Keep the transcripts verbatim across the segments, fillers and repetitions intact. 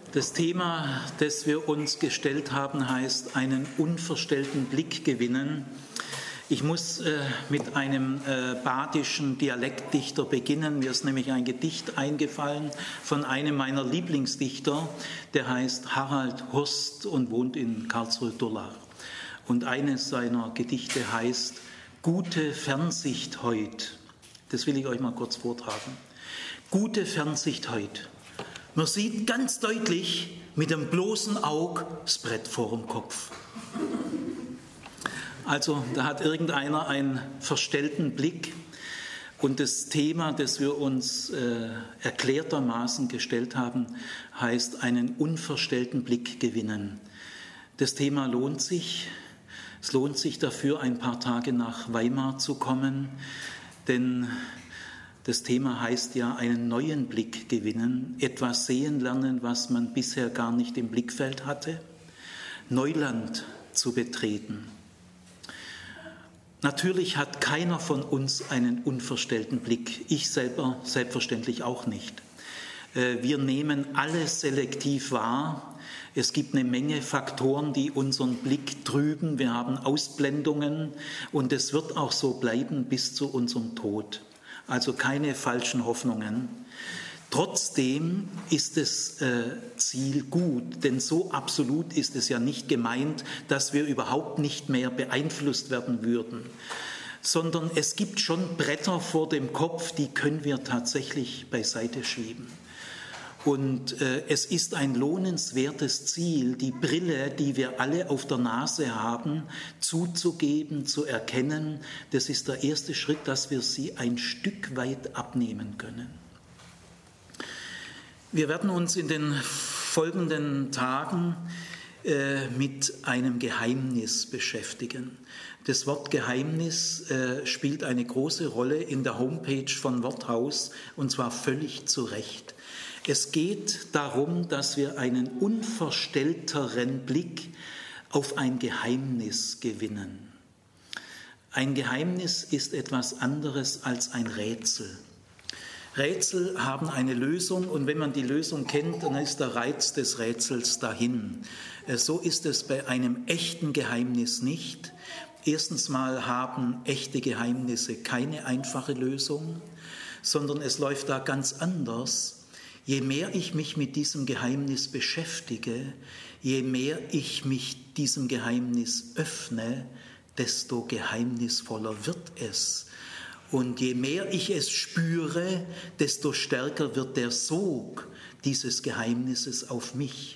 Das Thema, das wir uns gestellt haben, heißt einen unverstellten Blick gewinnen. Ich muss äh, mit einem äh, badischen Dialektdichter beginnen. Mir ist nämlich ein Gedicht eingefallen von einem meiner Lieblingsdichter, der heißt Harald Hurst und wohnt in Karlsruhe-Durlach. Und eines seiner Gedichte heißt Gute Fernsicht heut. Das will ich euch mal kurz vortragen. Gute Fernsicht heut. Man sieht ganz deutlich mit dem bloßen Auge das Brett vor dem Kopf. Also da hat irgendeiner einen verstellten Blick und das Thema, das wir uns äh, erklärtermaßen gestellt haben, heißt einen unverstellten Blick gewinnen. Das Thema lohnt sich. Es lohnt sich dafür, ein paar Tage nach Weimar zu kommen, denn das Thema heißt ja, einen neuen Blick gewinnen, etwas sehen lernen, was man bisher gar nicht im Blickfeld hatte, Neuland zu betreten. Natürlich hat keiner von uns einen unverstellten Blick, ich selber selbstverständlich auch nicht. Wir nehmen alles selektiv wahr. Es gibt eine Menge Faktoren, die unseren Blick trüben. Wir haben Ausblendungen und es wird auch so bleiben bis zu unserem Tod. Also keine falschen Hoffnungen. Trotzdem ist das äh, Ziel gut, denn so absolut ist es ja nicht gemeint, dass wir überhaupt nicht mehr beeinflusst werden würden, sondern es gibt schon Bretter vor dem Kopf, die können wir tatsächlich beiseite schieben. Und äh, es ist ein lohnenswertes Ziel, die Brille, die wir alle auf der Nase haben, zuzugeben, zu erkennen. Das ist der erste Schritt, dass wir sie ein Stück weit abnehmen können. Wir werden uns in den folgenden Tagen äh, mit einem Geheimnis beschäftigen. Das Wort Geheimnis äh, spielt eine große Rolle in der Homepage von Worthaus, und zwar völlig zu Recht. Es geht darum, dass wir einen unverstellteren Blick auf ein Geheimnis gewinnen. Ein Geheimnis ist etwas anderes als ein Rätsel. Rätsel haben eine Lösung und wenn man die Lösung kennt, dann ist der Reiz des Rätsels dahin. So ist es bei einem echten Geheimnis nicht. Erstens mal haben echte Geheimnisse keine einfache Lösung, sondern es läuft da ganz anders. Je mehr ich mich mit diesem Geheimnis beschäftige, je mehr ich mich diesem Geheimnis öffne, desto geheimnisvoller wird es. Und je mehr ich es spüre, desto stärker wird der Sog dieses Geheimnisses auf mich.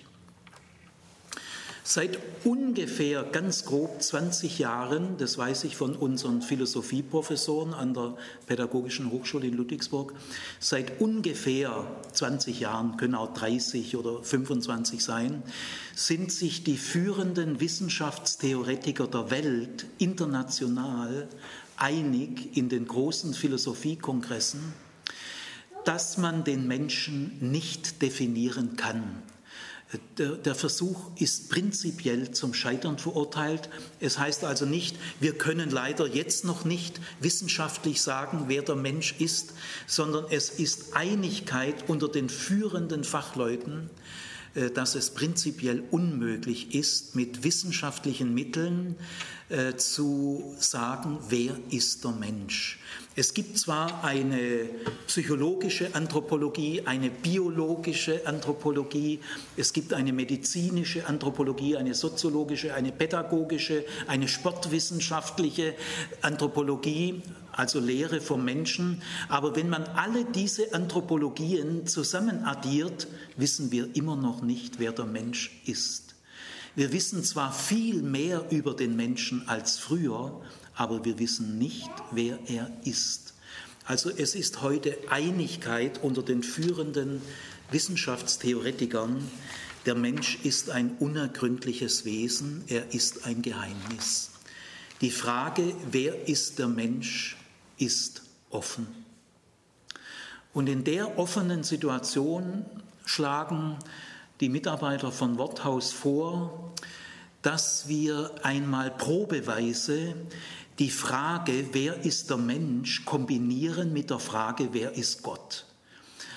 Seit ungefähr ganz grob zwanzig Jahren, das weiß ich von unseren Philosophieprofessoren an der Pädagogischen Hochschule in Ludwigsburg, seit ungefähr zwanzig Jahren, können auch dreißig oder fünfundzwanzig sein, sind sich die führenden Wissenschaftstheoretiker der Welt international einig in den großen Philosophiekongressen, dass man den Menschen nicht definieren kann. Der, der Versuch ist prinzipiell zum Scheitern verurteilt. Es heißt also nicht, wir können leider jetzt noch nicht wissenschaftlich sagen, wer der Mensch ist, sondern es ist Einigkeit unter den führenden Fachleuten, dass es prinzipiell unmöglich ist, mit wissenschaftlichen Mitteln äh, zu sagen, wer ist der Mensch. Es gibt zwar eine psychologische Anthropologie, eine biologische Anthropologie, es gibt eine medizinische Anthropologie, eine soziologische, eine pädagogische, eine sportwissenschaftliche Anthropologie, also Lehre vom Menschen. Aber wenn man alle diese Anthropologien zusammen addiert, wissen wir immer noch nicht, wer der Mensch ist. Wir wissen zwar viel mehr über den Menschen als früher, aber wir wissen nicht, wer er ist. Also es ist heute Einigkeit unter den führenden Wissenschaftstheoretikern, der Mensch ist ein unergründliches Wesen, er ist ein Geheimnis. Die Frage, wer ist der Mensch, ist offen. Und in der offenen Situation schlagen die Mitarbeiter von Worthaus vor, dass wir einmal probeweise die Frage, wer ist der Mensch, kombinieren mit der Frage, wer ist Gott.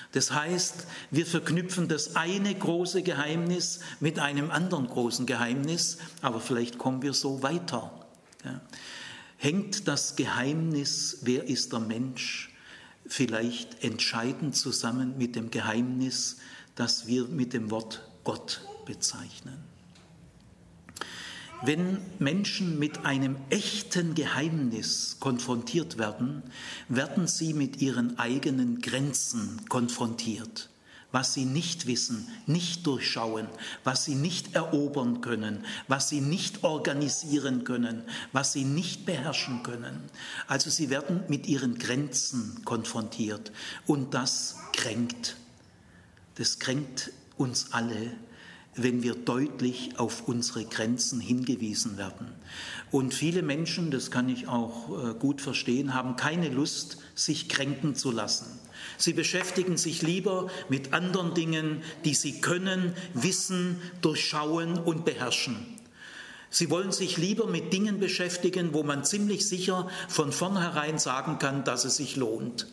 Das heißt, wir verknüpfen das eine große Geheimnis mit einem anderen großen Geheimnis, aber vielleicht kommen wir so weiter. Ja. Hängt das Geheimnis, wer ist der Mensch, vielleicht entscheidend zusammen mit dem Geheimnis, das wir mit dem Wort Gott bezeichnen. Wenn Menschen mit einem echten Geheimnis konfrontiert werden, werden sie mit ihren eigenen Grenzen konfrontiert. Was sie nicht wissen, nicht durchschauen, was sie nicht erobern können, was sie nicht organisieren können, was sie nicht beherrschen können. Also sie werden mit ihren Grenzen konfrontiert und das kränkt. Das kränkt uns alle, wenn wir deutlich auf unsere Grenzen hingewiesen werden. Und viele Menschen, das kann ich auch gut verstehen, haben keine Lust, sich kränken zu lassen. Sie beschäftigen sich lieber mit anderen Dingen, die sie können, wissen, durchschauen und beherrschen. Sie wollen sich lieber mit Dingen beschäftigen, wo man ziemlich sicher von vornherein sagen kann, dass es sich lohnt.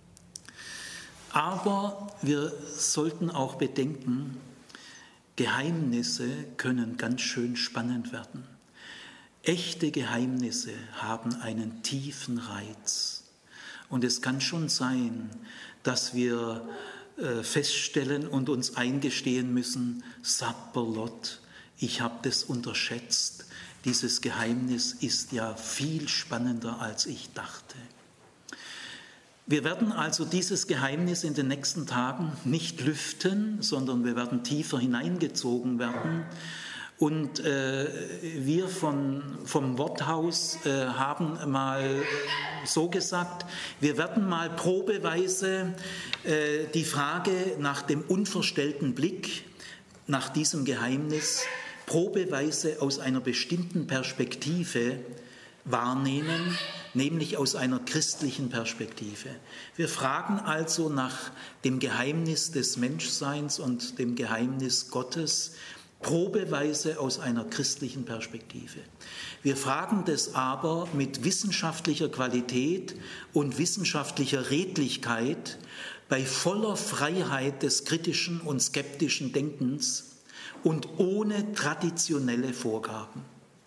Aber wir sollten auch bedenken, Geheimnisse können ganz schön spannend werden. Echte Geheimnisse haben einen tiefen Reiz. Und es kann schon sein, dass wir äh, feststellen und uns eingestehen müssen, Sapperlot, ich habe das unterschätzt. Dieses Geheimnis ist ja viel spannender, als ich dachte. Wir werden also dieses Geheimnis in den nächsten Tagen nicht lüften, sondern wir werden tiefer hineingezogen werden. Und äh, wir von, vom Worthaus äh, haben mal so gesagt, wir werden mal probeweise äh, die Frage nach dem unverstellten Blick, nach diesem Geheimnis, probeweise aus einer bestimmten Perspektive wahrnehmen, nämlich aus einer christlichen Perspektive. Wir fragen also nach dem Geheimnis des Menschseins und dem Geheimnis Gottes, probeweise aus einer christlichen Perspektive. Wir fragen das aber mit wissenschaftlicher Qualität und wissenschaftlicher Redlichkeit, bei voller Freiheit des kritischen und skeptischen Denkens und ohne traditionelle Vorgaben.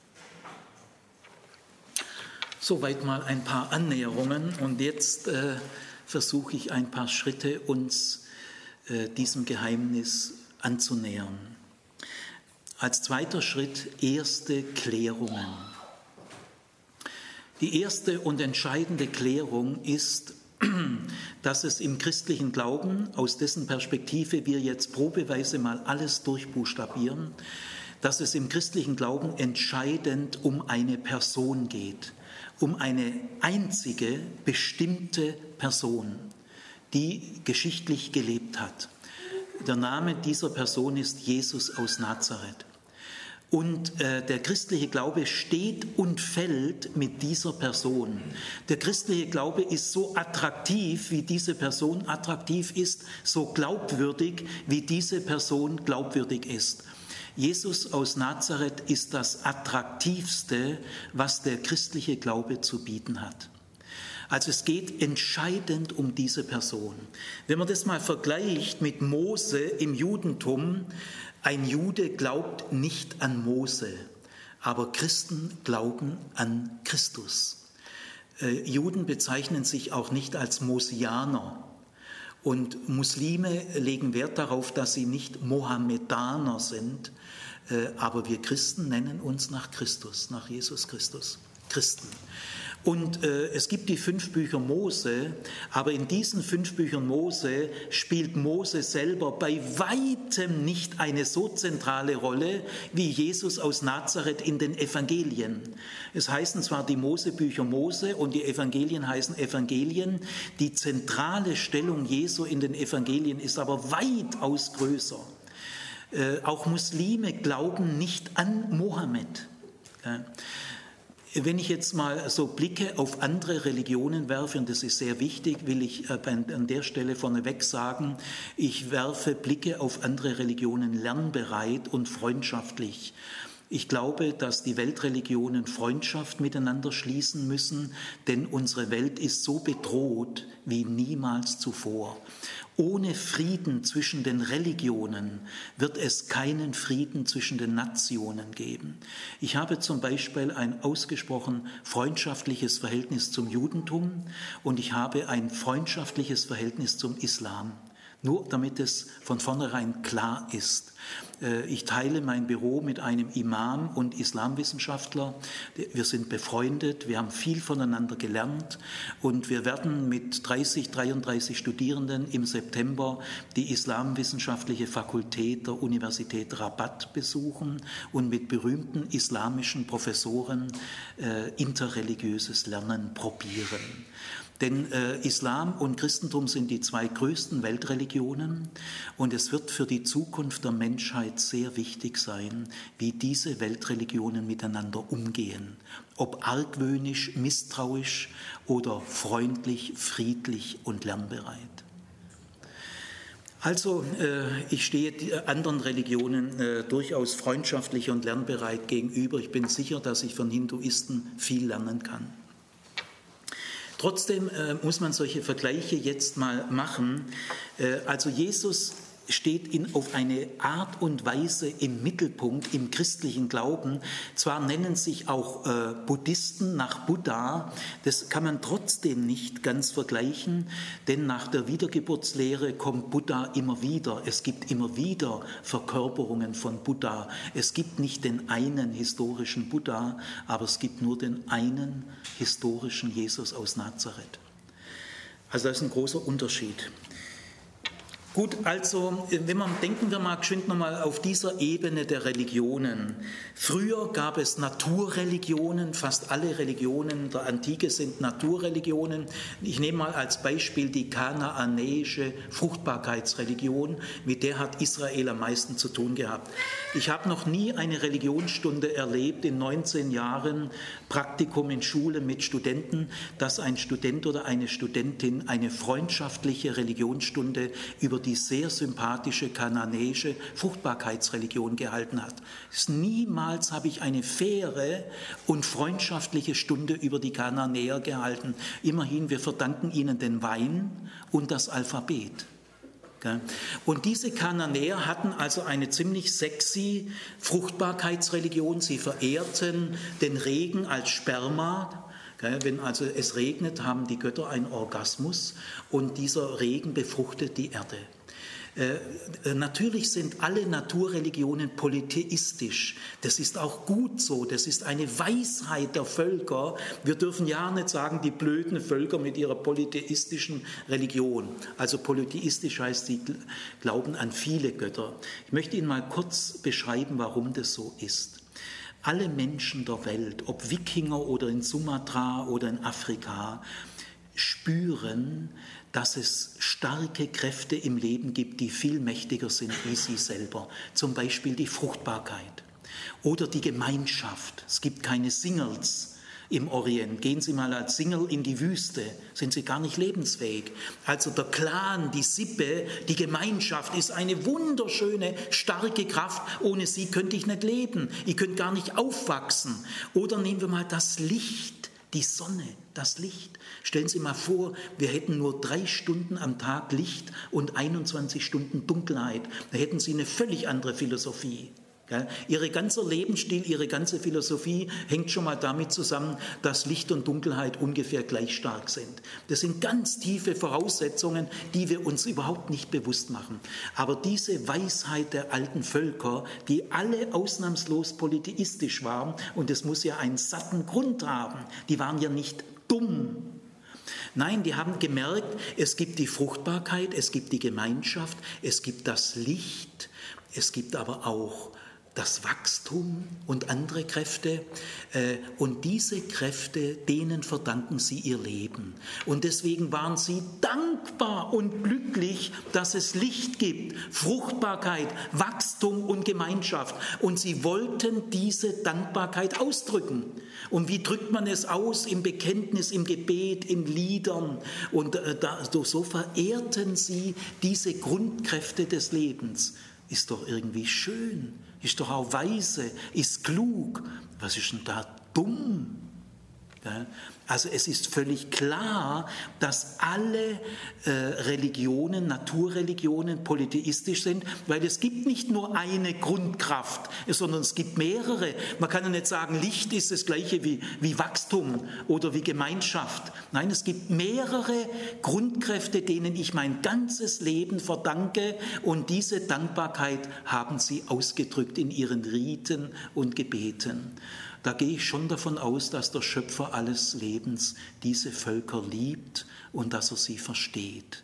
Soweit mal ein paar Annäherungen und jetzt äh, versuche ich ein paar Schritte uns äh, diesem Geheimnis anzunähern. Als zweiter Schritt erste Klärungen. Die erste und entscheidende Klärung ist, dass es im christlichen Glauben, aus dessen Perspektive wir jetzt probeweise mal alles durchbuchstabieren, dass es im christlichen Glauben entscheidend um eine Person geht, um eine einzige bestimmte Person, die geschichtlich gelebt hat. Der Name dieser Person ist Jesus aus Nazareth. Und äh, der christliche Glaube steht und fällt mit dieser Person. Der christliche Glaube ist so attraktiv, wie diese Person attraktiv ist, so glaubwürdig, wie diese Person glaubwürdig ist. Jesus aus Nazareth ist das Attraktivste, was der christliche Glaube zu bieten hat. Also es geht entscheidend um diese Person. Wenn man das mal vergleicht mit Mose im Judentum, ein Jude glaubt nicht an Mose, aber Christen glauben an Christus. Äh, Juden bezeichnen sich auch nicht als Mosianer. Und Muslime legen Wert darauf, dass sie nicht Mohammedaner sind, äh, aber wir Christen nennen uns nach Christus, nach Jesus Christus, Christen. Und äh, es gibt die fünf Bücher Mose, aber in diesen fünf Büchern Mose spielt Mose selber bei weitem nicht eine so zentrale Rolle wie Jesus aus Nazareth in den Evangelien. Es heißen zwar die Mosebücher Mose und die Evangelien heißen Evangelien, die zentrale Stellung Jesu in den Evangelien ist aber weitaus größer. Äh, auch Muslime glauben nicht an Mohammed. Ja. Wenn ich jetzt mal so Blicke auf andere Religionen werfe, und das ist sehr wichtig, will ich an der Stelle vorneweg sagen, ich werfe Blicke auf andere Religionen lernbereit und freundschaftlich. Ich glaube, dass die Weltreligionen Freundschaft miteinander schließen müssen, denn unsere Welt ist so bedroht wie niemals zuvor. Ohne Frieden zwischen den Religionen wird es keinen Frieden zwischen den Nationen geben. Ich habe zum Beispiel ein ausgesprochen freundschaftliches Verhältnis zum Judentum und ich habe ein freundschaftliches Verhältnis zum Islam. Nur damit es von vornherein klar ist. Ich teile mein Büro mit einem Imam und Islamwissenschaftler. Wir sind befreundet, wir haben viel voneinander gelernt und wir werden mit dreißig, dreiunddreißig Studierenden im September die Islamwissenschaftliche Fakultät der Universität Rabat besuchen und mit berühmten islamischen Professoren äh, interreligiöses Lernen probieren. Denn äh, Islam und Christentum sind die zwei größten Weltreligionen und es wird für die Zukunft der Menschheit sehr wichtig sein, wie diese Weltreligionen miteinander umgehen. Ob argwöhnisch, misstrauisch oder freundlich, friedlich und lernbereit. Also äh, ich stehe die anderen Religionen äh, durchaus freundschaftlich und lernbereit gegenüber. Ich bin sicher, dass ich von Hinduisten viel lernen kann. Trotzdem äh, muss man solche Vergleiche jetzt mal machen. Äh, also Jesus steht in, auf eine Art und Weise im Mittelpunkt im christlichen Glauben. Zwar nennen sich auch äh, Buddhisten nach Buddha, das kann man trotzdem nicht ganz vergleichen, denn nach der Wiedergeburtslehre kommt Buddha immer wieder. Es gibt immer wieder Verkörperungen von Buddha. Es gibt nicht den einen historischen Buddha, aber es gibt nur den einen historischen Jesus aus Nazareth. Also das ist ein großer Unterschied. Gut, also wenn man, denken wir mal geschwind nochmal auf dieser Ebene der Religionen. Früher gab es Naturreligionen, fast alle Religionen der Antike sind Naturreligionen. Ich nehme mal als Beispiel die kanaanäische Fruchtbarkeitsreligion, mit der hat Israel am meisten zu tun gehabt. Ich habe noch nie eine Religionsstunde erlebt in neunzehn Jahren Praktikum in Schulen mit Studenten, dass ein Student oder eine Studentin eine freundschaftliche Religionsstunde über die sehr sympathische kanaanäische Fruchtbarkeitsreligion gehalten hat. Niemals habe ich eine faire und freundschaftliche Stunde über die Kanaanäer gehalten. Immerhin, wir verdanken ihnen den Wein und das Alphabet. Und diese Kanaanäer hatten also eine ziemlich sexy Fruchtbarkeitsreligion. Sie verehrten den Regen als Sperma. Wenn also es regnet, haben die Götter einen Orgasmus und dieser Regen befruchtet die Erde. Äh, natürlich sind alle Naturreligionen polytheistisch. Das ist auch gut so. Das ist eine Weisheit der Völker. Wir dürfen ja nicht sagen, die blöden Völker mit ihrer polytheistischen Religion. Also polytheistisch heißt, sie glauben an viele Götter. Ich möchte Ihnen mal kurz beschreiben, warum das so ist. Alle Menschen der Welt, ob Wikinger oder in Sumatra oder in Afrika, spüren, dass es starke Kräfte im Leben gibt, die viel mächtiger sind wie sie selber. Zum Beispiel die Fruchtbarkeit oder die Gemeinschaft. Es gibt keine Singles im Orient. Gehen Sie mal als Single in die Wüste, sind Sie gar nicht lebensfähig. Also der Clan, die Sippe, die Gemeinschaft ist eine wunderschöne, starke Kraft. Ohne sie könnte ich nicht leben. Ich könnte gar nicht aufwachsen. Oder nehmen wir mal das Licht, die Sonne, das Licht. Stellen Sie mal vor, wir hätten nur drei Stunden am Tag Licht und einundzwanzig Stunden Dunkelheit. Da hätten Sie eine völlig andere Philosophie. Ihr ganzer Lebensstil, Ihre ganze Philosophie hängt schon mal damit zusammen, dass Licht und Dunkelheit ungefähr gleich stark sind. Das sind ganz tiefe Voraussetzungen, die wir uns überhaupt nicht bewusst machen. Aber diese Weisheit der alten Völker, die alle ausnahmslos polytheistisch waren, und es muss ja einen satten Grund haben, die waren ja nicht dumm. Nein, die haben gemerkt, es gibt die Fruchtbarkeit, es gibt die Gemeinschaft, es gibt das Licht, es gibt aber auch das Wachstum und andere Kräfte. Und diese Kräfte, denen verdanken sie ihr Leben. Und deswegen waren sie dankbar und glücklich, dass es Licht gibt, Fruchtbarkeit, Wachstum und Gemeinschaft. Und sie wollten diese Dankbarkeit ausdrücken. Und wie drückt man es aus? Im Bekenntnis, im Gebet, in Liedern. Und so verehrten sie diese Grundkräfte des Lebens. ist doch irgendwie schön, ist doch auch weise, ist klug. Was ist denn da dumm? Also es ist völlig klar, dass alle äh, Religionen, Naturreligionen polytheistisch sind, weil es gibt nicht nur eine Grundkraft, sondern es gibt mehrere. Man kann ja nicht sagen, Licht ist das gleiche wie, wie Wachstum oder wie Gemeinschaft. Nein, es gibt mehrere Grundkräfte, denen ich mein ganzes Leben verdanke, und diese Dankbarkeit haben sie ausgedrückt in ihren Riten und Gebeten. Da gehe ich schon davon aus, dass der Schöpfer alles Lebens diese Völker liebt und dass er sie versteht.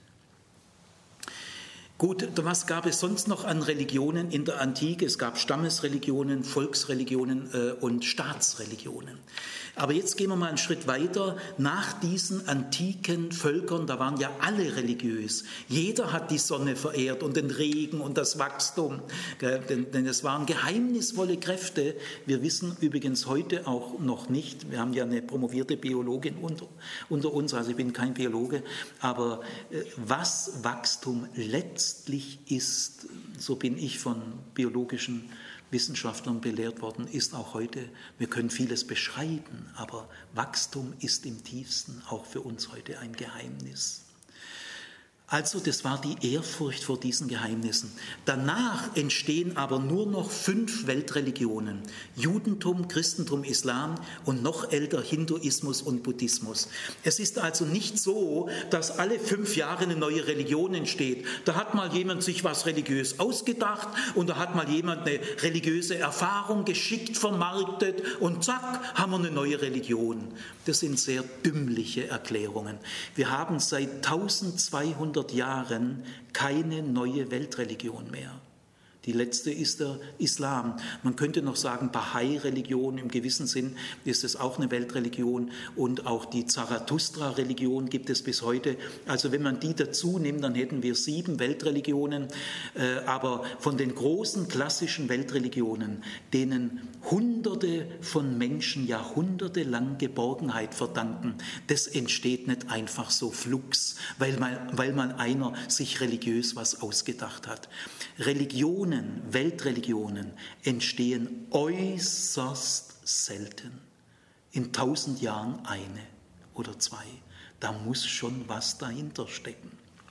Gut, was gab es sonst noch an Religionen in der Antike? Es gab Stammesreligionen, Volksreligionen äh, und Staatsreligionen. Aber jetzt gehen wir mal einen Schritt weiter. Nach diesen antiken Völkern, da waren ja alle religiös. Jeder hat die Sonne verehrt und den Regen und das Wachstum. Denn, denn es waren geheimnisvolle Kräfte. Wir wissen übrigens heute auch noch nicht, wir haben ja eine promovierte Biologin unter, unter uns, also ich bin kein Biologe, aber äh, was Wachstum letztlich ist, so bin ich von biologischen Wissenschaftlern belehrt worden, ist auch heute, wir können vieles beschreiben, aber Wachstum ist im tiefsten auch für uns heute ein Geheimnis. Also das war die Ehrfurcht vor diesen Geheimnissen. Danach entstehen aber nur noch fünf Weltreligionen: Judentum, Christentum, Islam und noch älter Hinduismus und Buddhismus. Es ist also nicht so, dass alle fünf Jahre eine neue Religion entsteht. Da hat mal jemand sich was religiös ausgedacht und da hat mal jemand eine religiöse Erfahrung geschickt vermarktet und zack, haben wir eine neue Religion. Das sind sehr dümmliche Erklärungen. Wir haben seit eintausendzweihundert Jahren keine neue Weltreligion mehr. Die letzte ist der Islam. Man könnte noch sagen, Bahai-Religion, im gewissen Sinn ist es auch eine Weltreligion, und auch die Zarathustra-Religion gibt es bis heute. Also wenn man die dazu nimmt, dann hätten wir sieben Weltreligionen. Aber von den großen klassischen Weltreligionen, denen Hunderte von Menschen jahrhundertelang Geborgenheit verdanken, das entsteht nicht einfach so flugs, weil man, weil man einer sich religiös was ausgedacht hat. Religionen, Weltreligionen entstehen äußerst selten. In tausend Jahren eine oder zwei. Da muss schon was dahinter stecken.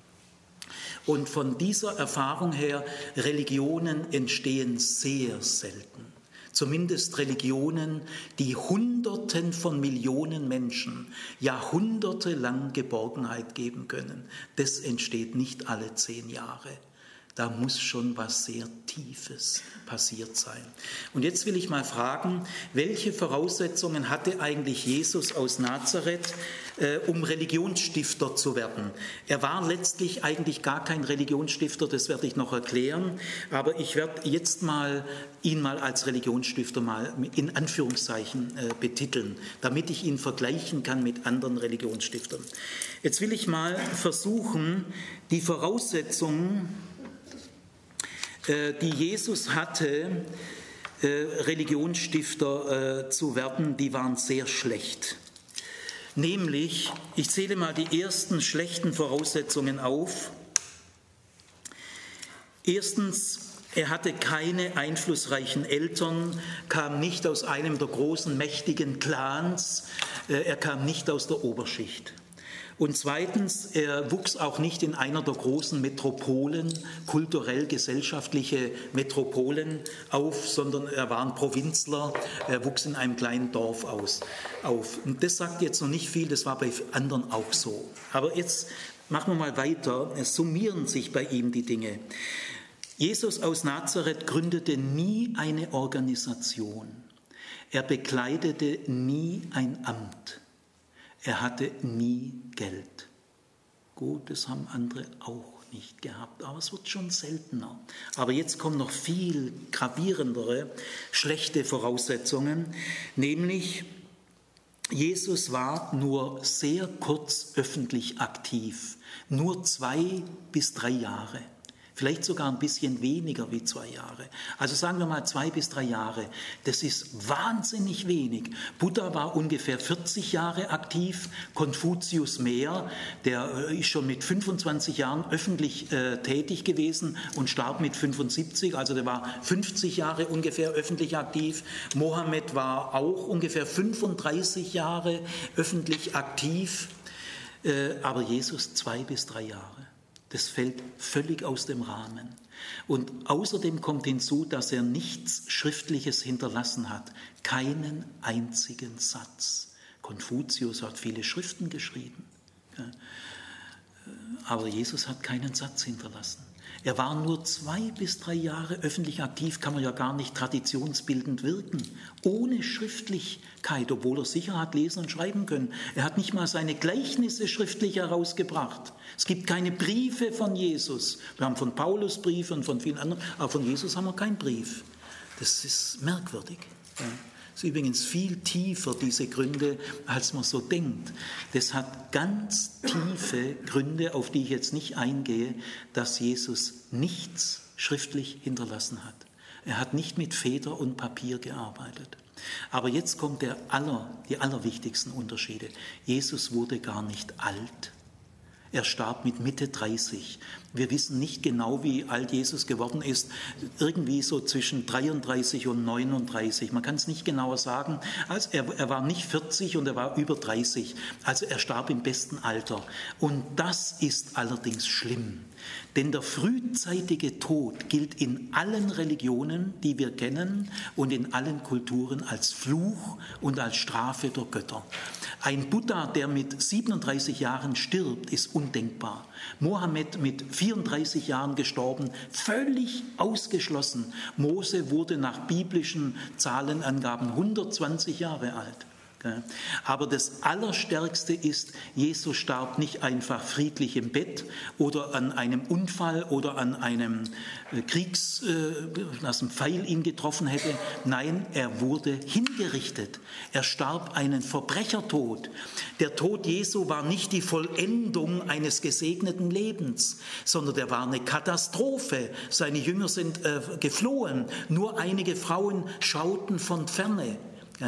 Und von dieser Erfahrung her, Religionen entstehen sehr selten. Zumindest Religionen, die Hunderten von Millionen Menschen jahrhundertelang Geborgenheit geben können. Das entsteht nicht alle zehn Jahre. Da muss schon was sehr Tiefes passiert sein. Und jetzt will ich mal fragen, welche Voraussetzungen hatte eigentlich Jesus aus Nazareth, äh, um Religionsstifter zu werden? Er war letztlich eigentlich gar kein Religionsstifter, das werde ich noch erklären, aber ich werde jetzt mal ihn mal als Religionsstifter mal in Anführungszeichen äh, betiteln, damit ich ihn vergleichen kann mit anderen Religionsstiftern. Jetzt will ich mal versuchen, die Voraussetzungen, die Jesus hatte, Religionsstifter zu werden, die waren sehr schlecht. Nämlich, ich zähle mal die ersten schlechten Voraussetzungen auf. Erstens, er hatte keine einflussreichen Eltern, kam nicht aus einem der großen, mächtigen Clans, er kam nicht aus der Oberschicht. Und zweitens, er wuchs auch nicht in einer der großen Metropolen, kulturell-gesellschaftliche Metropolen auf, sondern er war ein Provinzler, er wuchs in einem kleinen Dorf aus, auf. Und das sagt jetzt noch nicht viel, das war bei anderen auch so. Aber jetzt machen wir mal weiter, es summieren sich bei ihm die Dinge. Jesus aus Nazareth gründete nie eine Organisation, er bekleidete nie ein Amt. Er hatte nie Geld. Gut, das haben andere auch nicht gehabt, aber es wird schon seltener. Aber jetzt kommen noch viel gravierendere, schlechte Voraussetzungen, nämlich Jesus war nur sehr kurz öffentlich aktiv, nur zwei bis drei Jahre. Vielleicht sogar ein bisschen weniger wie zwei Jahre. Also sagen wir mal zwei bis drei Jahre. Das ist wahnsinnig wenig. Buddha war ungefähr vierzig Jahre aktiv, Konfuzius mehr. Der ist schon mit fünfundzwanzig Jahren öffentlich äh, tätig gewesen und starb mit fünfundsiebzig. Also der war fünfzig Jahre ungefähr öffentlich aktiv. Mohammed war auch ungefähr fünfunddreißig Jahre öffentlich aktiv. Äh, aber Jesus zwei bis drei Jahre. Das fällt völlig aus dem Rahmen. Und außerdem kommt hinzu, dass er nichts Schriftliches hinterlassen hat. Keinen einzigen Satz. Konfuzius hat viele Schriften geschrieben. Aber Jesus hat keinen Satz hinterlassen. Er war nur zwei bis drei Jahre öffentlich aktiv, kann man ja gar nicht traditionsbildend wirken, ohne Schriftlichkeit, obwohl er sicher hat lesen und schreiben können. Er hat nicht mal seine Gleichnisse schriftlich herausgebracht. Es gibt keine Briefe von Jesus. Wir haben von Paulus Briefe und von vielen anderen, aber von Jesus haben wir keinen Brief. Das ist merkwürdig. Ja. Das ist übrigens viel tiefer, diese Gründe, als man so denkt. Das hat ganz tiefe Gründe, auf die ich jetzt nicht eingehe, dass Jesus nichts schriftlich hinterlassen hat. Er hat nicht mit Feder und Papier gearbeitet. Aber jetzt kommt der aller, die allerwichtigsten Unterschiede. Jesus wurde gar nicht alt. Er starb mit Mitte dreißig. Wir wissen nicht genau, wie alt Jesus geworden ist. Irgendwie so zwischen dreiunddreißig und neununddreißig. Man kann es nicht genauer sagen. Also er, er war nicht vierzig und er war über dreißig. Also er starb im besten Alter. Und das ist allerdings schlimm. Denn der frühzeitige Tod gilt in allen Religionen, die wir kennen, und in allen Kulturen als Fluch und als Strafe der Götter. Ein Buddha, der mit siebenunddreißig Jahren stirbt, ist undenkbar. Mohammed mit vierunddreißig Jahren gestorben, völlig ausgeschlossen. Mose wurde nach biblischen Zahlenangaben hundertzwanzig Jahre alt. Aber das Allerstärkste ist, Jesus starb nicht einfach friedlich im Bett oder an einem Unfall oder an einem Kriegs, dass ein Pfeil ihn getroffen hätte. Nein, er wurde hingerichtet. Er starb einen Verbrechertod. Der Tod Jesu war nicht die Vollendung eines gesegneten Lebens, sondern der war eine Katastrophe. Seine Jünger sind äh, geflohen. Nur einige Frauen schauten von ferne.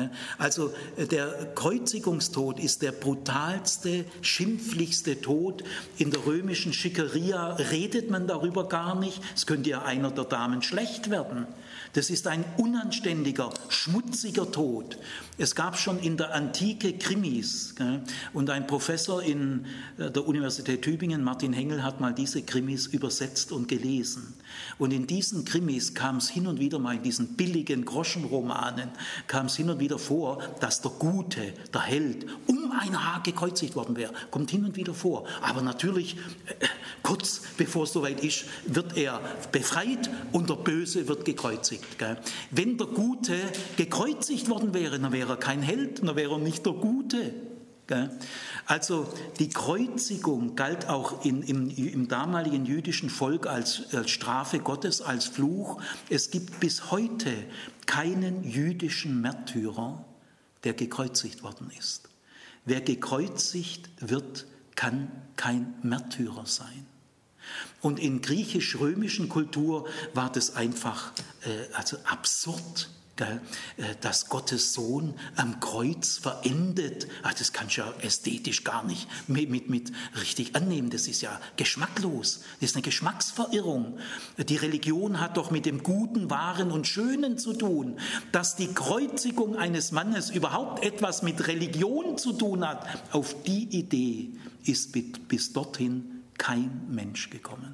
Also der Kreuzigungstod ist der brutalste, schimpflichste Tod. In der römischen Schickeria redet man darüber gar nicht. Es könnte ja einer der Damen schlecht werden. Das ist ein unanständiger, schmutziger Tod. Es gab schon in der Antike Krimis. Und ein Professor in der Universität Tübingen, Martin Hengel, hat mal diese Krimis übersetzt und gelesen. Und in diesen Krimis kam es hin und wieder mal, in diesen billigen Groschenromanen, kam es hin und wieder vor, dass der Gute, der Held, um ein Haar gekreuzigt worden wäre. Kommt hin und wieder vor. Aber natürlich, äh, kurz bevor es soweit ist, wird er befreit und der Böse wird gekreuzigt. Gell? Wenn der Gute gekreuzigt worden wäre, dann wäre er kein Held, dann wäre er nicht der Gute. Gell? Also die Kreuzigung galt auch in, im, im damaligen jüdischen Volk als, als Strafe Gottes, als Fluch. Es gibt bis heute keinen jüdischen Märtyrer, der gekreuzigt worden ist. Wer gekreuzigt wird, kann kein Märtyrer sein. Und in griechisch-römischen Kultur war das einfach äh, also absurd, gell? Äh, dass Gottes Sohn am Kreuz verendet. Ach, das kannst du ja ästhetisch gar nicht mit, mit, mit richtig annehmen. Das ist ja geschmacklos. Das ist eine Geschmacksverirrung. Die Religion hat doch mit dem Guten, Wahren und Schönen zu tun. Dass die Kreuzigung eines Mannes überhaupt etwas mit Religion zu tun hat, auf die Idee ist bis dorthin kein Mensch gekommen.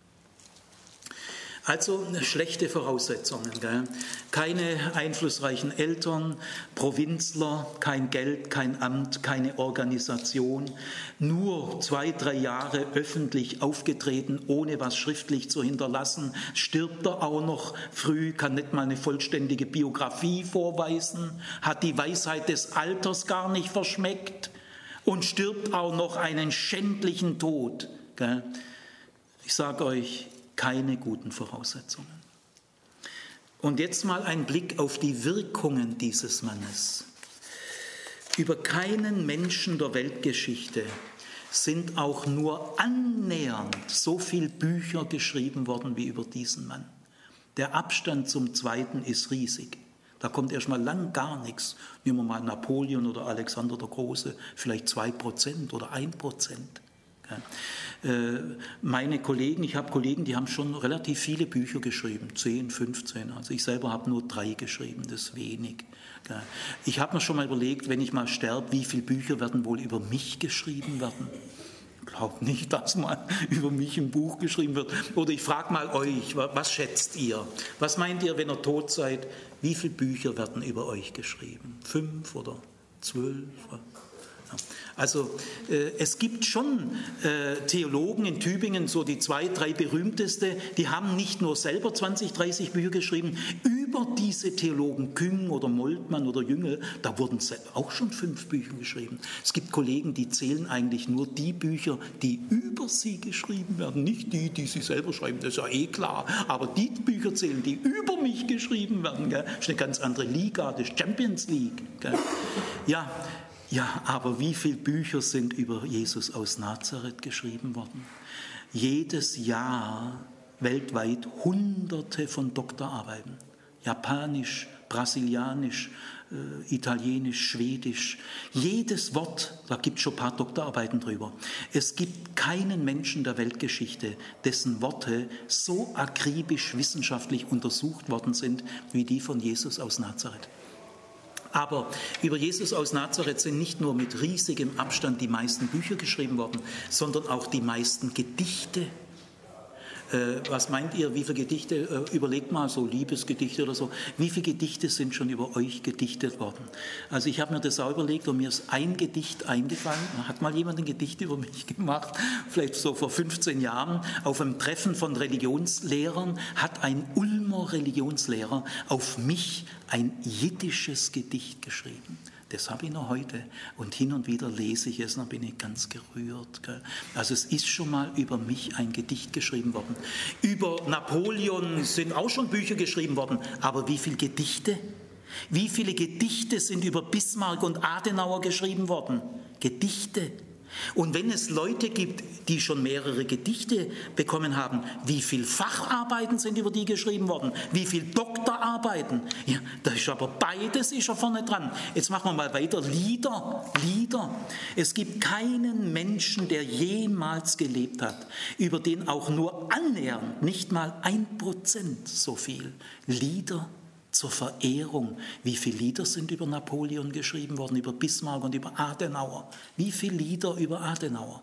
Also schlechte Voraussetzungen. Gell? Keine einflussreichen Eltern, Provinzler, kein Geld, kein Amt, keine Organisation. Nur zwei, drei Jahre öffentlich aufgetreten, ohne was schriftlich zu hinterlassen. Stirbt er auch noch früh, kann nicht mal eine vollständige Biografie vorweisen, hat die Weisheit des Alters gar nicht verschmeckt und stirbt auch noch einen schändlichen Tod. Gell? Ich sage euch, keine guten Voraussetzungen. Und jetzt mal ein Blick auf die Wirkungen dieses Mannes. Über keinen Menschen der Weltgeschichte sind auch nur annähernd so viele Bücher geschrieben worden wie über diesen Mann. Der Abstand zum Zweiten ist riesig. Da kommt erstmal lang gar nichts. Nehmen wir mal Napoleon oder Alexander der Große, vielleicht zwei Prozent oder ein Prozent. Meine Kollegen, ich habe Kollegen, die haben schon relativ viele Bücher geschrieben, zehn, fünfzehn. Also ich selber habe nur drei geschrieben, das ist wenig. Ich habe mir schon mal überlegt, wenn ich mal sterbe, wie viele Bücher werden wohl über mich geschrieben werden? Ich glaube nicht, dass mal über mich ein Buch geschrieben wird. Oder ich frage mal euch, was schätzt ihr? Was meint ihr, wenn ihr tot seid, wie viele Bücher werden über euch geschrieben? Fünf oder zwölf? Also äh, es gibt schon äh, Theologen in Tübingen, so die zwei, drei berühmteste, die haben nicht nur selber zwanzig, dreißig Bücher geschrieben, über diese Theologen, Küng oder Moltmann oder Jüngel, da wurden auch schon fünf Bücher geschrieben. Es gibt Kollegen, die zählen eigentlich nur die Bücher, die über sie geschrieben werden, nicht die, die sie selber schreiben, das ist ja eh klar, aber die Bücher zählen, die über mich geschrieben werden, gell? Das ist eine ganz andere Liga, das ist Champions League. Gell? Ja, Ja, aber wie viele Bücher sind über Jesus aus Nazareth geschrieben worden? Jedes Jahr weltweit Hunderte von Doktorarbeiten. Japanisch, Brasilianisch, äh, Italienisch, Schwedisch. Jedes Wort, da gibt es schon ein paar Doktorarbeiten drüber. Es gibt keinen Menschen der Weltgeschichte, dessen Worte so akribisch wissenschaftlich untersucht worden sind, wie die von Jesus aus Nazareth. Aber über Jesus aus Nazareth sind nicht nur mit riesigem Abstand die meisten Bücher geschrieben worden, sondern auch die meisten Gedichte. Äh, was meint ihr, wie viele Gedichte, äh, überlegt mal so Liebesgedichte oder so, wie viele Gedichte sind schon über euch gedichtet worden? Also ich habe mir das auch überlegt und mir ist ein Gedicht eingefallen, hat mal jemand ein Gedicht über mich gemacht, vielleicht so vor fünfzehn Jahren, auf einem Treffen von Religionslehrern hat ein Ulmer Religionslehrer auf mich ein jiddisches Gedicht geschrieben. Das habe ich noch heute und hin und wieder lese ich es und dann bin ich ganz gerührt. Gell? Also es ist schon mal über mich ein Gedicht geschrieben worden. Über Napoleon sind auch schon Bücher geschrieben worden, aber wie viele Gedichte? Wie viele Gedichte sind über Bismarck und Adenauer geschrieben worden? Gedichte. Und wenn es Leute gibt, die schon mehrere Gedichte bekommen haben, wie viele Facharbeiten sind über die geschrieben worden? Wie viele Doktorarbeiten? Ja, da ist aber beides ist ja vorne dran. Jetzt machen wir mal weiter. Lieder, Lieder. Es gibt keinen Menschen, der jemals gelebt hat, über den auch nur annähernd, nicht mal ein Prozent so viel Lieder zur Verehrung. Wie viele Lieder sind über Napoleon geschrieben worden, über Bismarck und über Adenauer? Wie viele Lieder über Adenauer?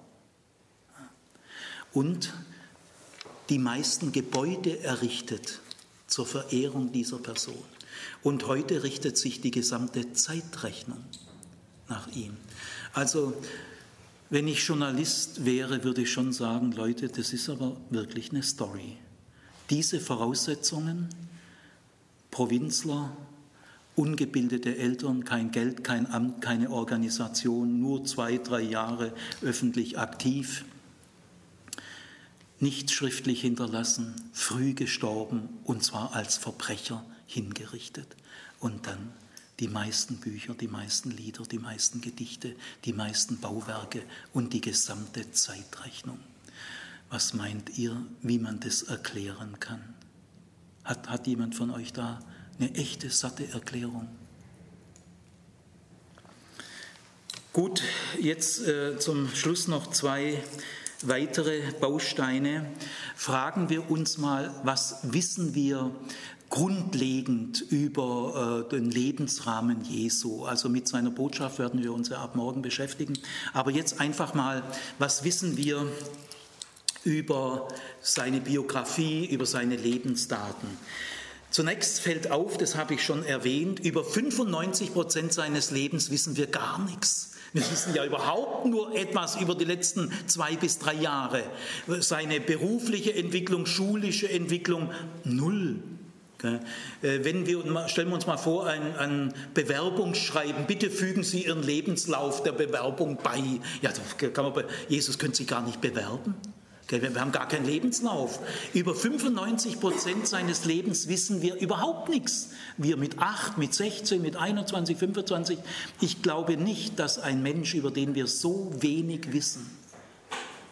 Und die meisten Gebäude errichtet zur Verehrung dieser Person. Und heute richtet sich die gesamte Zeitrechnung nach ihm. Also, wenn ich Journalist wäre, würde ich schon sagen, Leute, das ist aber wirklich eine Story. Diese Voraussetzungen, Provinzler, ungebildete Eltern, kein Geld, kein Amt, keine Organisation, nur zwei, drei Jahre öffentlich aktiv, nichts schriftlich hinterlassen, früh gestorben und zwar als Verbrecher hingerichtet. Und dann die meisten Bücher, die meisten Lieder, die meisten Gedichte, die meisten Bauwerke und die gesamte Zeitrechnung. Was meint ihr, wie man das erklären kann? Hat, hat jemand von euch da eine echte, satte Erklärung? Gut, jetzt äh, zum Schluss noch zwei weitere Bausteine. Fragen wir uns mal, was wissen wir grundlegend über äh, den Lebensrahmen Jesu? Also mit seiner Botschaft werden wir uns ja ab morgen beschäftigen. Aber jetzt einfach mal, was wissen wir über seine Biografie, über seine Lebensdaten? Zunächst fällt auf, das habe ich schon erwähnt, über fünfundneunzig Prozent seines Lebens wissen wir gar nichts. Wir wissen ja überhaupt nur etwas über die letzten zwei bis drei Jahre. Seine berufliche Entwicklung, schulische Entwicklung, null. Wenn wir, stellen wir uns mal vor, ein, ein Bewerbungsschreiben, bitte fügen Sie Ihren Lebenslauf der Bewerbung bei. Ja, kann man bei Jesus können Sie gar nicht bewerben. Wir haben gar keinen Lebenslauf. Über fünfundneunzig Prozent seines Lebens wissen wir überhaupt nichts. Wir mit acht, mit sechzehn, mit einundzwanzig, fünfundzwanzig. Ich glaube nicht, dass ein Mensch, über den wir so wenig wissen,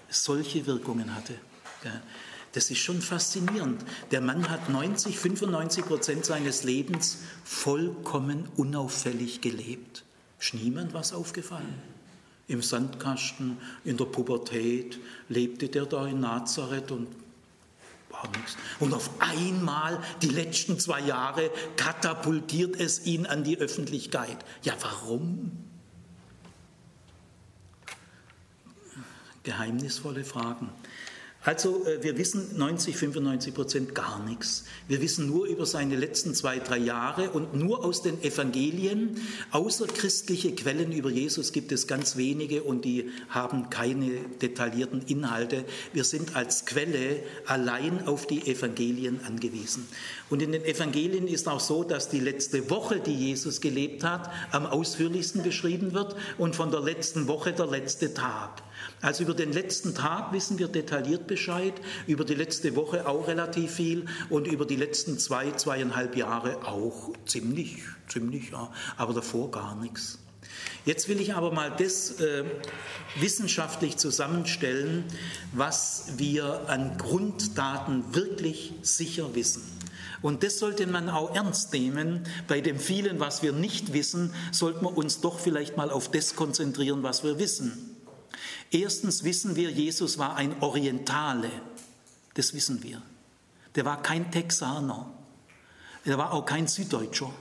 solche Wirkungen hatte. Das ist schon faszinierend. Der Mann hat neunzig, fünfundneunzig Prozent seines Lebens vollkommen unauffällig gelebt. Ist niemand was aufgefallen. Im Sandkasten, in der Pubertät lebte der da in Nazareth und war nichts. Und auf einmal, die letzten zwei Jahre, katapultiert es ihn an die Öffentlichkeit. Ja, warum? Geheimnisvolle Fragen. Also wir wissen neunzig, fünfundneunzig Prozent gar nichts. Wir wissen nur über seine letzten zwei, drei Jahre und nur aus den Evangelien. Außerchristliche Quellen über Jesus gibt es ganz wenige und die haben keine detaillierten Inhalte. Wir sind als Quelle allein auf die Evangelien angewiesen. Und in den Evangelien ist auch so, dass die letzte Woche, die Jesus gelebt hat, am ausführlichsten beschrieben wird und von der letzten Woche der letzte Tag. Also über den letzten Tag wissen wir detailliert Bescheid, über die letzte Woche auch relativ viel und über die letzten zwei, zweieinhalb Jahre auch ziemlich, ziemlich, ja, aber davor gar nichts. Jetzt will ich aber mal das äh, wissenschaftlich zusammenstellen, was wir an Grunddaten wirklich sicher wissen. Und das sollte man auch ernst nehmen. Bei dem vielen, was wir nicht wissen, sollten wir uns doch vielleicht mal auf das konzentrieren, was wir wissen. Erstens wissen wir, Jesus war ein Orientale. Das wissen wir. Der war kein Texaner. Er war auch kein Süddeutscher.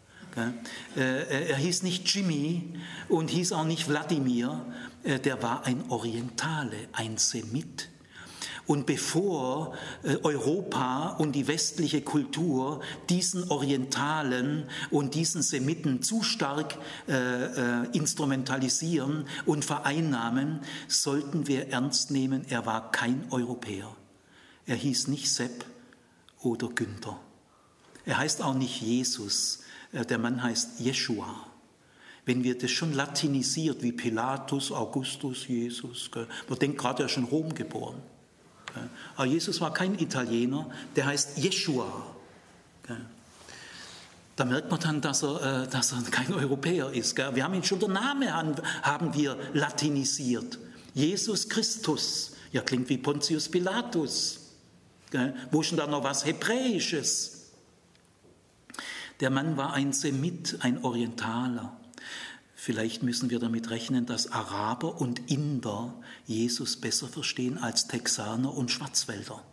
Er hieß nicht Jimmy und hieß auch nicht Wladimir. Der war ein Orientale, ein Semit. Und bevor Europa und die westliche Kultur diesen Orientalen und diesen Semiten zu stark äh, instrumentalisieren und vereinnahmen, sollten wir ernst nehmen, er war kein Europäer. Er hieß nicht Sepp oder Günther. Er heißt auch nicht Jesus. Der Mann heißt Jeschua. Wenn wir das schon latinisiert, wie Pilatus, Augustus, Jesus, gell? Man denkt gerade, er ist in Rom geboren. Aber Jesus war kein Italiener, der heißt Jeschua. Da merkt man dann, dass er, dass er kein Europäer ist. Wir haben ihn schon, der Name haben wir latinisiert. Jesus Christus. Ja, klingt wie Pontius Pilatus. Wo ist denn da noch was Hebräisches? Der Mann war ein Semit, ein Orientaler. Vielleicht müssen wir damit rechnen, dass Araber und Inder Jesus besser verstehen als Texaner und Schwarzwälder.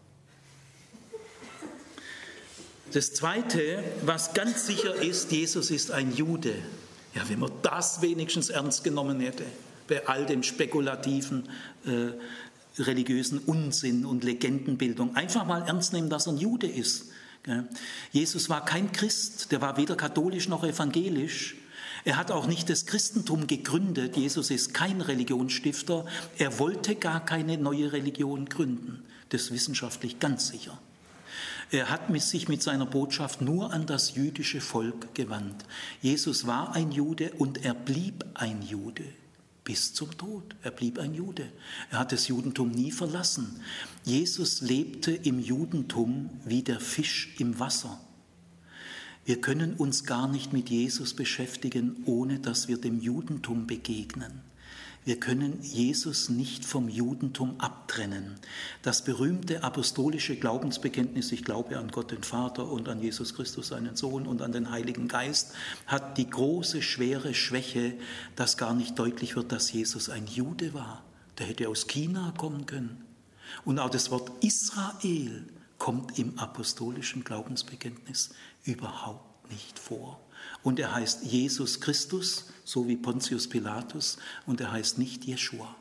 Das Zweite, was ganz sicher ist, Jesus ist ein Jude. Ja, wenn man das wenigstens ernst genommen hätte, bei all dem spekulativen, äh, religiösen Unsinn und Legendenbildung. Einfach mal ernst nehmen, dass er ein Jude ist. Jesus war kein Christ, der war weder katholisch noch evangelisch. Er hat auch nicht das Christentum gegründet. Jesus ist kein Religionsstifter. Er wollte gar keine neue Religion gründen. Das ist wissenschaftlich ganz sicher. Er hat sich mit seiner Botschaft nur an das jüdische Volk gewandt. Jesus war ein Jude und er blieb ein Jude bis zum Tod. Er blieb ein Jude. Er hat das Judentum nie verlassen. Jesus lebte im Judentum wie der Fisch im Wasser. Wir können uns gar nicht mit Jesus beschäftigen, ohne dass wir dem Judentum begegnen. Wir können Jesus nicht vom Judentum abtrennen. Das berühmte apostolische Glaubensbekenntnis, ich glaube an Gott den Vater und an Jesus Christus, seinen Sohn und an den Heiligen Geist, hat die große, schwere Schwäche, dass gar nicht deutlich wird, dass Jesus ein Jude war. Der hätte aus China kommen können. Und auch das Wort Israel kommt im apostolischen Glaubensbekenntnis überhaupt nicht vor. Und er heißt Jesus Christus, so wie Pontius Pilatus, und er heißt nicht Jeschua.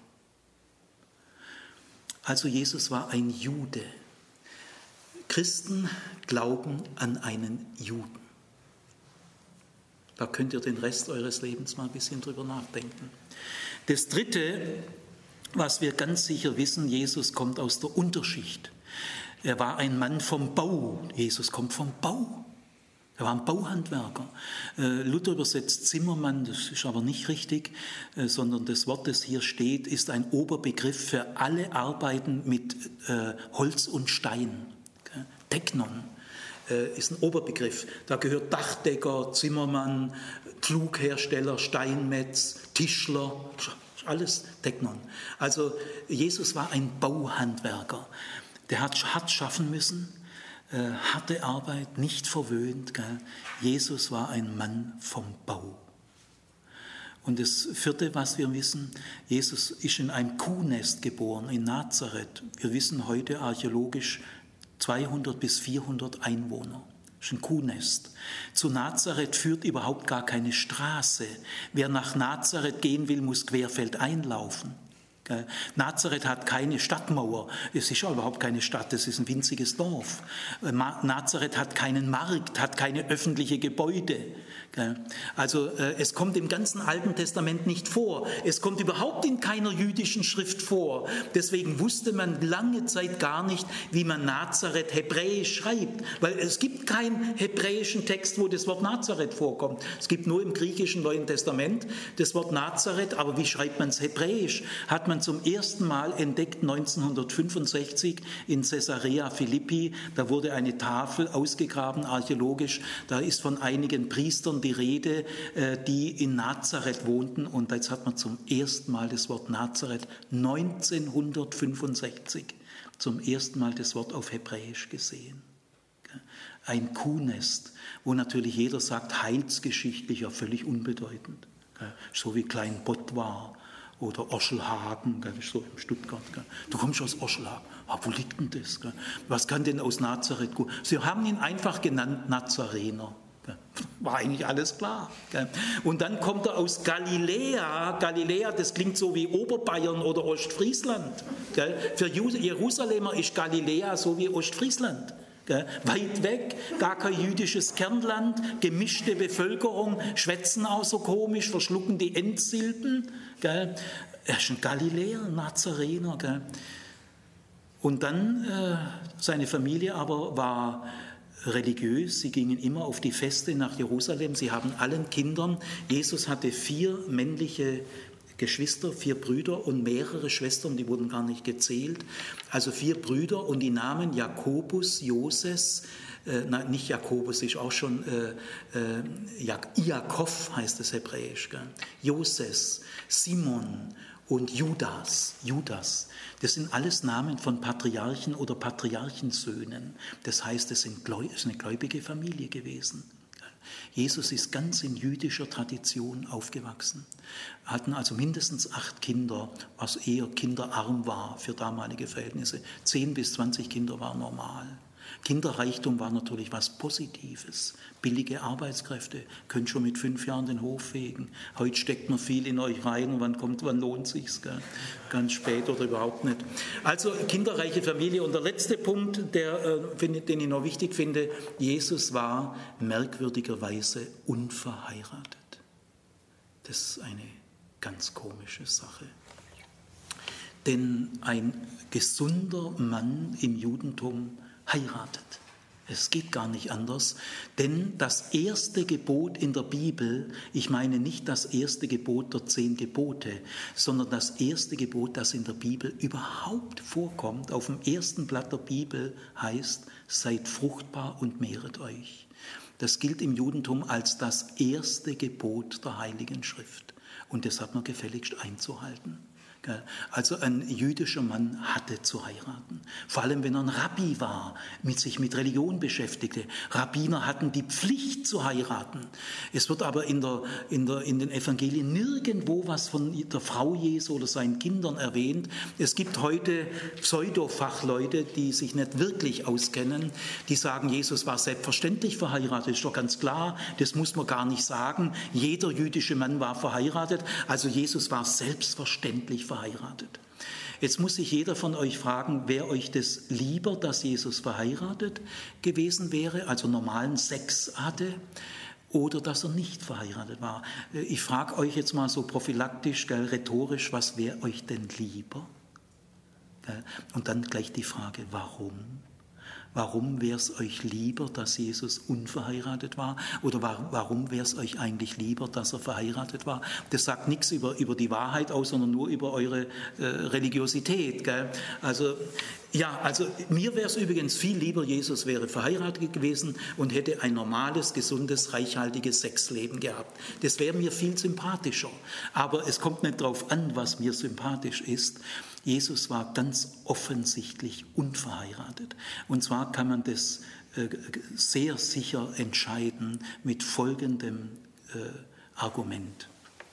Also Jesus war ein Jude. Christen glauben an einen Juden. Da könnt ihr den Rest eures Lebens mal ein bisschen drüber nachdenken. Das Dritte, was wir ganz sicher wissen, Jesus kommt aus der Unterschicht. Er war ein Mann vom Bau. Jesus kommt vom Bau. Er war ein Bauhandwerker. Luther übersetzt Zimmermann, das ist aber nicht richtig, sondern das Wort, das hier steht, ist ein Oberbegriff für alle Arbeiten mit Holz und Stein. Teknon ist ein Oberbegriff. Da gehört Dachdecker, Zimmermann, Pflughersteller, Steinmetz, Tischler, alles Teknon. Also Jesus war ein Bauhandwerker. Der hat hart schaffen müssen, äh, harte Arbeit, nicht verwöhnt. Gell? Jesus war ein Mann vom Bau. Und das vierte, was wir wissen, Jesus ist in einem Kuhnest geboren, in Nazareth. Wir wissen heute archäologisch zweihundert bis vierhundert Einwohner. Das ist ein Kuhnest. Zu Nazareth führt überhaupt gar keine Straße. Wer nach Nazareth gehen will, muss querfeldein laufen. Nazareth hat keine Stadtmauer, es ist ja überhaupt keine Stadt, es ist ein winziges Dorf. Nazareth hat keinen Markt, hat keine öffentlichen Gebäude. Also es kommt im ganzen Alten Testament nicht vor. Es kommt überhaupt in keiner jüdischen Schrift vor. Deswegen wusste man lange Zeit gar nicht, wie man Nazareth hebräisch schreibt. Weil es gibt keinen hebräischen Text, wo das Wort Nazareth vorkommt. Es gibt nur im griechischen Neuen Testament das Wort Nazareth, aber wie schreibt man es hebräisch? Hat man zum ersten Mal entdeckt neunzehnhundertfünfundsechzig in Caesarea Philippi. Da wurde eine Tafel ausgegraben, archäologisch. Da ist von einigen Priestern die Rede, die in Nazareth wohnten. Und jetzt hat man zum ersten Mal das Wort Nazareth neunzehnhundertfünfundsechzig zum ersten Mal das Wort auf Hebräisch gesehen. Ein Kuhnest, wo natürlich jeder sagt, heilsgeschichtlich ja völlig unbedeutend. So wie Klein Bott war. Oder Oschelhagen, so in Stuttgart. Du kommst aus Oschelhagen. Ah, wo liegt denn das? Was kann denn aus Nazareth gut? Sie haben ihn einfach genannt Nazarener. War eigentlich alles klar. Und dann kommt er aus Galiläa. Galiläa, das klingt so wie Oberbayern oder Ostfriesland. Für Jerusalemer ist Galiläa so wie Ostfriesland. Weit weg, gar kein jüdisches Kernland, gemischte Bevölkerung, schwätzen auch so komisch, verschlucken die Endsilben. Er ist ein Galiläer, ein Nazarener. Gell? Und dann, äh, seine Familie aber war religiös, sie gingen immer auf die Feste nach Jerusalem, sie haben allen Kindern, Jesus hatte vier männliche Geschwister, vier Brüder und mehrere Schwestern, die wurden gar nicht gezählt. Also vier Brüder und die Namen Jakobus, Joses, äh, nein, nicht Jakobus, ist auch schon äh, äh, Iakov heißt es hebräisch, gell? Joses, Simon und Judas. Judas, das sind alles Namen von Patriarchen oder Patriarchensöhnen. Das heißt, es ist eine gläubige Familie gewesen. Jesus ist ganz in jüdischer Tradition aufgewachsen, hatten also mindestens acht Kinder, was eher kinderarm war für damalige Verhältnisse. Zehn bis zwanzig Kinder war normal. Kinderreichtum war natürlich was Positives. Billige Arbeitskräfte, könnt schon mit fünf Jahren den Hof fegen. Heute steckt man viel in euch rein und wann kommt, wann lohnt sich's? Gell? Ganz spät oder überhaupt nicht. Also kinderreiche Familie. Und der letzte Punkt, der, äh, den ich noch wichtig finde, Jesus war merkwürdigerweise unverheiratet. Das ist eine ganz komische Sache. Denn ein gesunder Mann im Judentum heiratet. Es geht gar nicht anders, denn das erste Gebot in der Bibel, ich meine nicht das erste Gebot der zehn Gebote, sondern das erste Gebot, das in der Bibel überhaupt vorkommt, auf dem ersten Blatt der Bibel heißt, seid fruchtbar und mehret euch. Das gilt im Judentum als das erste Gebot der Heiligen Schrift und das hat man gefälligst einzuhalten. Also ein jüdischer Mann hatte zu heiraten, vor allem wenn er ein Rabbi war, mit sich mit Religion beschäftigte. Rabbiner hatten die Pflicht zu heiraten. Es wird aber in, der, in, der, in den Evangelien nirgendwo was von der Frau Jesu oder seinen Kindern erwähnt. Es gibt heute Pseudo-Fachleute, die sich nicht wirklich auskennen, die sagen, Jesus war selbstverständlich verheiratet, ist doch ganz klar, das muss man gar nicht sagen. Jeder jüdische Mann war verheiratet, also Jesus war selbstverständlich verheiratet. Verheiratet. Jetzt muss sich jeder von euch fragen, wäre euch das lieber, dass Jesus verheiratet gewesen wäre, also normalen Sex hatte, oder dass er nicht verheiratet war. Ich frage euch jetzt mal so prophylaktisch, gell, rhetorisch, was wäre euch denn lieber? Und dann gleich die Frage, warum? Warum wäre es euch lieber, dass Jesus unverheiratet war? Oder warum wäre es euch eigentlich lieber, dass er verheiratet war? Das sagt nichts über, über die Wahrheit aus, sondern nur über eure äh, Religiosität. Gell? Also Ja, also mir wäre es übrigens viel lieber, Jesus wäre verheiratet gewesen und hätte ein normales, gesundes, reichhaltiges Sexleben gehabt. Das wäre mir viel sympathischer. Aber es kommt nicht darauf an, was mir sympathisch ist. Jesus war ganz offensichtlich unverheiratet. Und zwar kann man das äh, sehr sicher entscheiden mit folgendem äh, Argument.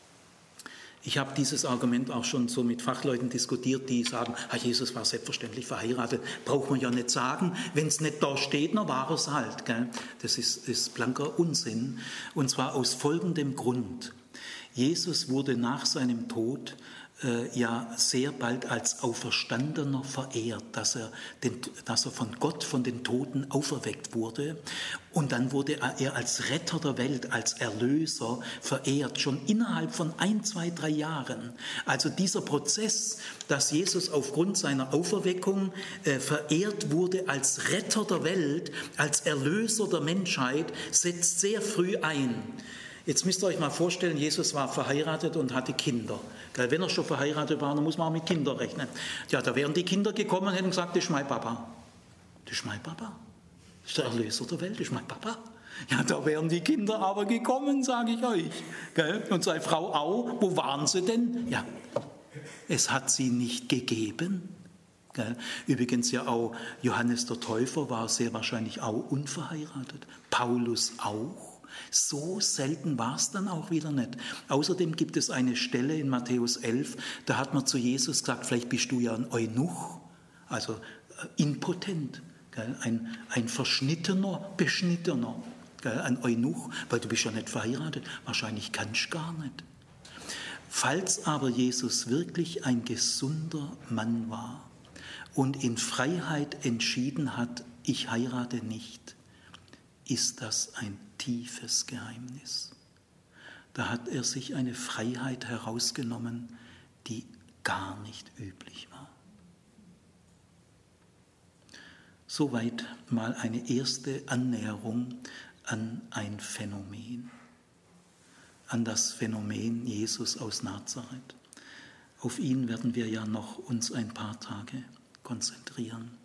Ich habe dieses Argument auch schon so mit Fachleuten diskutiert, die sagen, ah, Jesus war selbstverständlich verheiratet, braucht man ja nicht sagen, wenn es nicht da steht, dann war es halt. Gell? Das ist, ist blanker Unsinn, und zwar aus folgendem Grund. Jesus wurde nach seinem Tod äh, ja sehr bald als Auferstandener verehrt, dass er, den, dass er von Gott, von den Toten auferweckt wurde. Und dann wurde er als Retter der Welt, als Erlöser verehrt, schon innerhalb von ein, zwei, drei Jahren. Also dieser Prozess, dass Jesus aufgrund seiner Auferweckung äh, verehrt wurde als Retter der Welt, als Erlöser der Menschheit, setzt sehr früh ein. Jetzt müsst ihr euch mal vorstellen, Jesus war verheiratet und hatte Kinder. Wenn er schon verheiratet war, dann muss man auch mit Kindern rechnen. Ja, da wären die Kinder gekommen und hätten gesagt, das ist mein Papa. Das ist mein Papa. Das ist der Erlöser der Welt, das ist mein Papa. Ja, da wären die Kinder aber gekommen, sage ich euch. Und seine Frau auch. Wo waren sie denn? Ja, es hat sie nicht gegeben. Übrigens ja auch Johannes der Täufer war sehr wahrscheinlich auch unverheiratet. Paulus auch. So selten war es dann auch wieder nicht. Außerdem gibt es eine Stelle in Matthäus elf, da hat man zu Jesus gesagt, vielleicht bist du ja ein Eunuch, also impotent, gell? Ein, ein verschnittener, beschnittener, gell? Ein Eunuch, weil du bist ja nicht verheiratet, wahrscheinlich kannst du gar nicht. Falls aber Jesus wirklich ein gesunder Mann war und in Freiheit entschieden hat, ich heirate nicht, ist das ein tiefes Geheimnis. Da hat er sich eine Freiheit herausgenommen, die gar nicht üblich war. Soweit mal eine erste Annäherung an ein Phänomen, an das Phänomen Jesus aus Nazareth. Auf ihn werden wir ja noch uns ein paar Tage konzentrieren.